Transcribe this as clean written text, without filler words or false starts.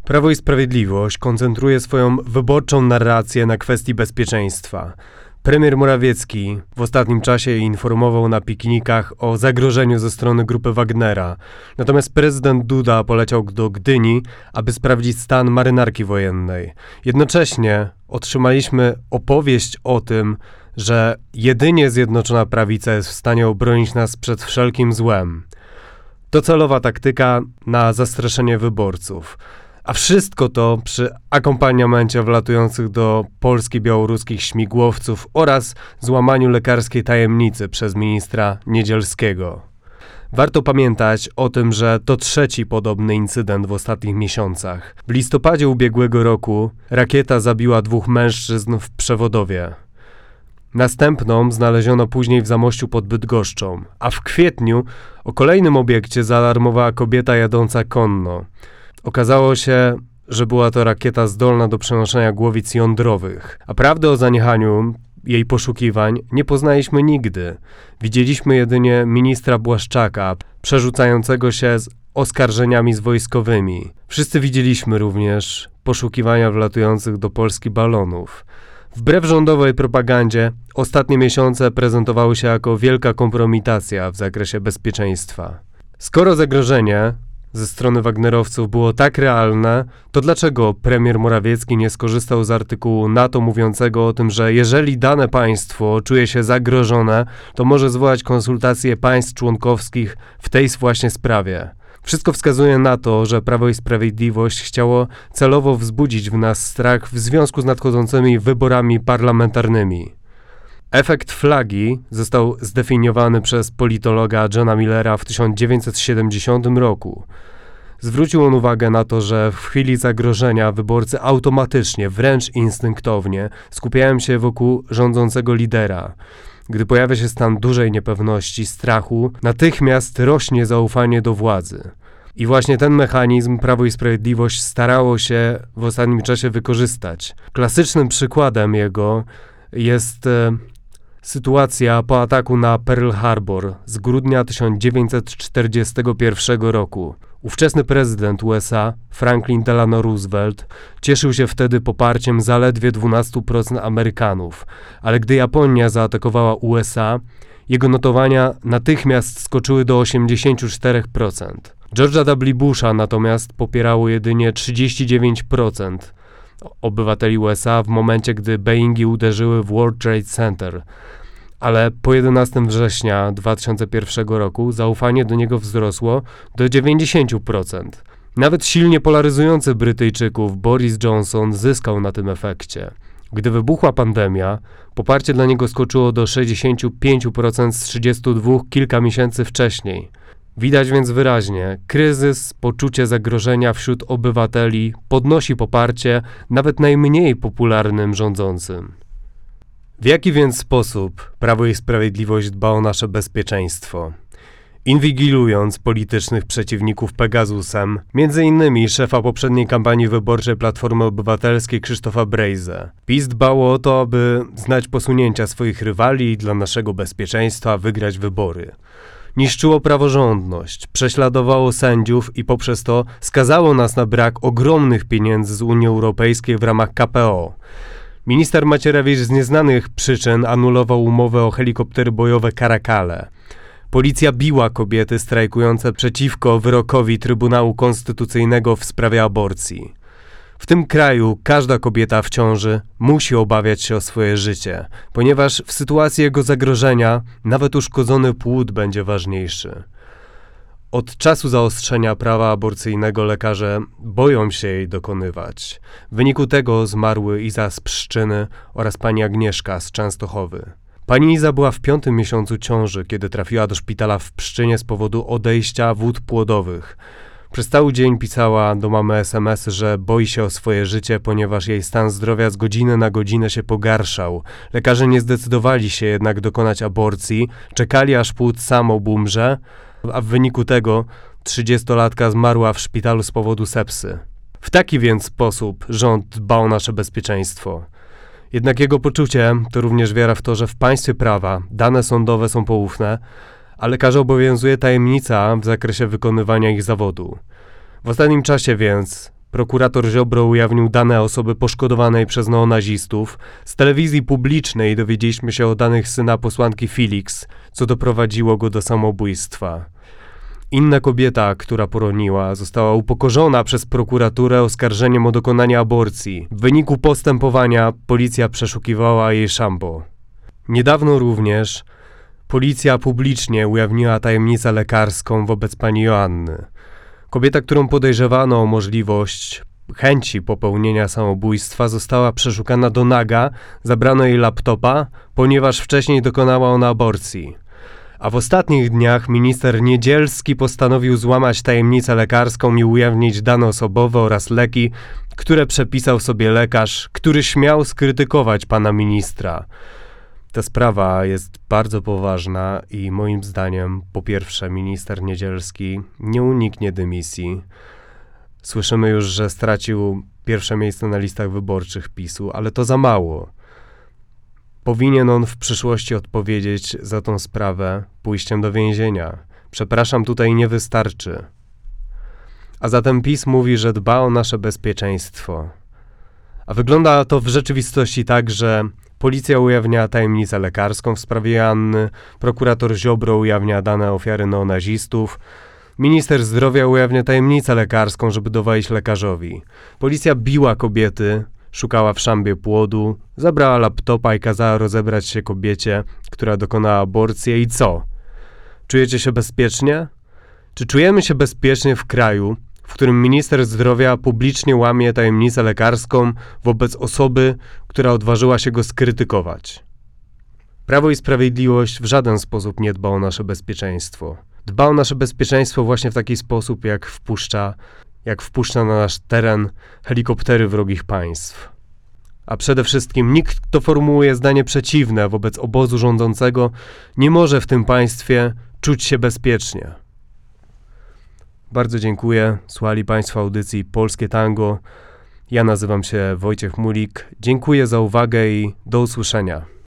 Prawo i Sprawiedliwość koncentruje swoją wyborczą narrację na kwestii bezpieczeństwa. Premier Morawiecki w ostatnim czasie informował na piknikach o zagrożeniu ze strony grupy Wagnera. Natomiast prezydent Duda poleciał do Gdyni, aby sprawdzić stan marynarki wojennej. Jednocześnie otrzymaliśmy opowieść o tym, że jedynie Zjednoczona Prawica jest w stanie obronić nas przed wszelkim złem. To celowa taktyka na zastraszenie wyborców. A wszystko to przy akompaniamencie wlatujących do Polski białoruskich śmigłowców oraz złamaniu lekarskiej tajemnicy przez ministra Niedzielskiego. Warto pamiętać o tym, że to trzeci podobny incydent w ostatnich miesiącach. W listopadzie ubiegłego roku rakieta zabiła 2 mężczyzn w Przewodowie. Następną znaleziono później w Zamościu pod Bydgoszczą, a w kwietniu o kolejnym obiekcie zaalarmowała kobieta jadąca konno. Okazało się, że była to rakieta zdolna do przenoszenia głowic jądrowych, a prawdy o zaniechaniu jej poszukiwań nie poznaliśmy nigdy. Widzieliśmy jedynie ministra Błaszczaka przerzucającego się z oskarżeniami z wojskowymi. Wszyscy widzieliśmy również poszukiwania wlatujących do Polski balonów. Wbrew rządowej propagandzie, ostatnie miesiące prezentowały się jako wielka kompromitacja w zakresie bezpieczeństwa. Skoro zagrożenie ze strony wagnerowców było tak realne, to dlaczego premier Morawiecki nie skorzystał z artykułu NATO mówiącego o tym, że jeżeli dane państwo czuje się zagrożone, to może zwołać konsultacje państw członkowskich w tej właśnie sprawie? Wszystko wskazuje na to, że Prawo i Sprawiedliwość chciało celowo wzbudzić w nas strach w związku z nadchodzącymi wyborami parlamentarnymi. Efekt flagi został zdefiniowany przez politologa Johna Millera w 1970 roku. Zwrócił on uwagę na to, że w chwili zagrożenia wyborcy automatycznie, wręcz instynktownie skupiają się wokół rządzącego lidera. Gdy pojawia się stan dużej niepewności, strachu, natychmiast rośnie zaufanie do władzy. I właśnie ten mechanizm Prawo i Sprawiedliwość starało się w ostatnim czasie wykorzystać. Klasycznym przykładem jego jest sytuacja po ataku na Pearl Harbor z grudnia 1941 roku. Ówczesny prezydent USA, Franklin Delano Roosevelt, cieszył się wtedy poparciem zaledwie 12% Amerykanów, ale gdy Japonia zaatakowała USA, jego notowania natychmiast skoczyły do 84%. George'a W. Busha natomiast popierało jedynie 39% obywateli USA w momencie, gdy Boeingi uderzyły w World Trade Center. Ale po 11 września 2001 roku zaufanie do niego wzrosło do 90%. Nawet silnie polaryzujący Brytyjczyków Boris Johnson zyskał na tym efekcie. Gdy wybuchła pandemia, poparcie dla niego skoczyło do 65% z 32% kilka miesięcy wcześniej. Widać więc wyraźnie, kryzys, poczucie zagrożenia wśród obywateli podnosi poparcie nawet najmniej popularnym rządzącym. W jaki więc sposób Prawo i Sprawiedliwość dba o nasze bezpieczeństwo? Inwigilując politycznych przeciwników Pegasusem, m.in. szefa poprzedniej kampanii wyborczej Platformy Obywatelskiej Krzysztofa Brejzę. PiS dbało o to, aby znać posunięcia swoich rywali i dla naszego bezpieczeństwa wygrać wybory. Niszczyło praworządność, prześladowało sędziów i poprzez to skazało nas na brak ogromnych pieniędzy z Unii Europejskiej w ramach KPO. Minister Macierewicz z nieznanych przyczyn anulował umowę o helikoptery bojowe Caracal. Policja biła kobiety strajkujące przeciwko wyrokowi Trybunału Konstytucyjnego w sprawie aborcji. W tym kraju każda kobieta w ciąży musi obawiać się o swoje życie, ponieważ w sytuacji jego zagrożenia nawet uszkodzony płód będzie ważniejszy. Od czasu zaostrzenia prawa aborcyjnego lekarze boją się jej dokonywać. W wyniku tego zmarły Iza z Pszczyny oraz pani Agnieszka z Częstochowy. Pani Iza była w 5. miesiącu ciąży, kiedy trafiła do szpitala w Pszczynie z powodu odejścia wód płodowych. Przez cały dzień pisała do mamy SMS-y, że boi się o swoje życie, ponieważ jej stan zdrowia z godziny na godzinę się pogarszał. Lekarze nie zdecydowali się jednak dokonać aborcji, czekali aż płód sam obumrze, a w wyniku tego 30-latka zmarła w szpitalu z powodu sepsy. W taki więc sposób rząd dba o nasze bezpieczeństwo. Jednak jego poczucie to również wiara w to, że w państwie prawa dane sądowe są poufne, a lekarzy obowiązuje tajemnica w zakresie wykonywania ich zawodu. W ostatnim czasie więc Prokurator Ziobro ujawnił dane osoby poszkodowanej przez neonazistów. Z telewizji publicznej dowiedzieliśmy się o danych syna posłanki Felix, co doprowadziło go do samobójstwa. Inna kobieta, która poroniła, została upokorzona przez prokuraturę oskarżeniem o dokonanie aborcji. W wyniku postępowania policja przeszukiwała jej szambo. Niedawno również policja publicznie ujawniła tajemnicę lekarską wobec pani Joanny. Kobieta, którą podejrzewano o możliwość chęci popełnienia samobójstwa, została przeszukana do naga, zabrano jej laptopa, ponieważ wcześniej dokonała ona aborcji. A w ostatnich dniach minister Niedzielski postanowił złamać tajemnicę lekarską i ujawnić dane osobowe oraz leki, które przepisał sobie lekarz, który śmiał skrytykować pana ministra. Ta sprawa jest bardzo poważna i moim zdaniem, po pierwsze, minister Niedzielski nie uniknie dymisji. Słyszymy już, że stracił pierwsze miejsce na listach wyborczych PiS-u, ale to za mało. Powinien on w przyszłości odpowiedzieć za tą sprawę pójściem do więzienia. Przepraszam, tutaj nie wystarczy. A zatem PiS mówi, że dba o nasze bezpieczeństwo. A wygląda to w rzeczywistości tak, że policja ujawnia tajemnicę lekarską w sprawie Joanny, prokurator Ziobro ujawnia dane ofiary neonazistów, minister zdrowia ujawnia tajemnicę lekarską, żeby dowalić lekarzowi. Policja biła kobiety, szukała w szambie płodu, zabrała laptopa i kazała rozebrać się kobiecie, która dokonała aborcji. I co? Czujecie się bezpiecznie? Czy czujemy się bezpiecznie w kraju, w którym minister zdrowia publicznie łamie tajemnicę lekarską wobec osoby, która odważyła się go skrytykować? Prawo i Sprawiedliwość w żaden sposób nie dba o nasze bezpieczeństwo. Dba o nasze bezpieczeństwo właśnie w taki sposób, jak wpuszcza na nasz teren helikoptery wrogich państw. A przede wszystkim nikt, kto formułuje zdanie przeciwne wobec obozu rządzącego, nie może w tym państwie czuć się bezpiecznie. Bardzo dziękuję. Słuchali Państwo audycji Polskie Tango. Ja nazywam się Wojciech Mulik. Dziękuję za uwagę i do usłyszenia.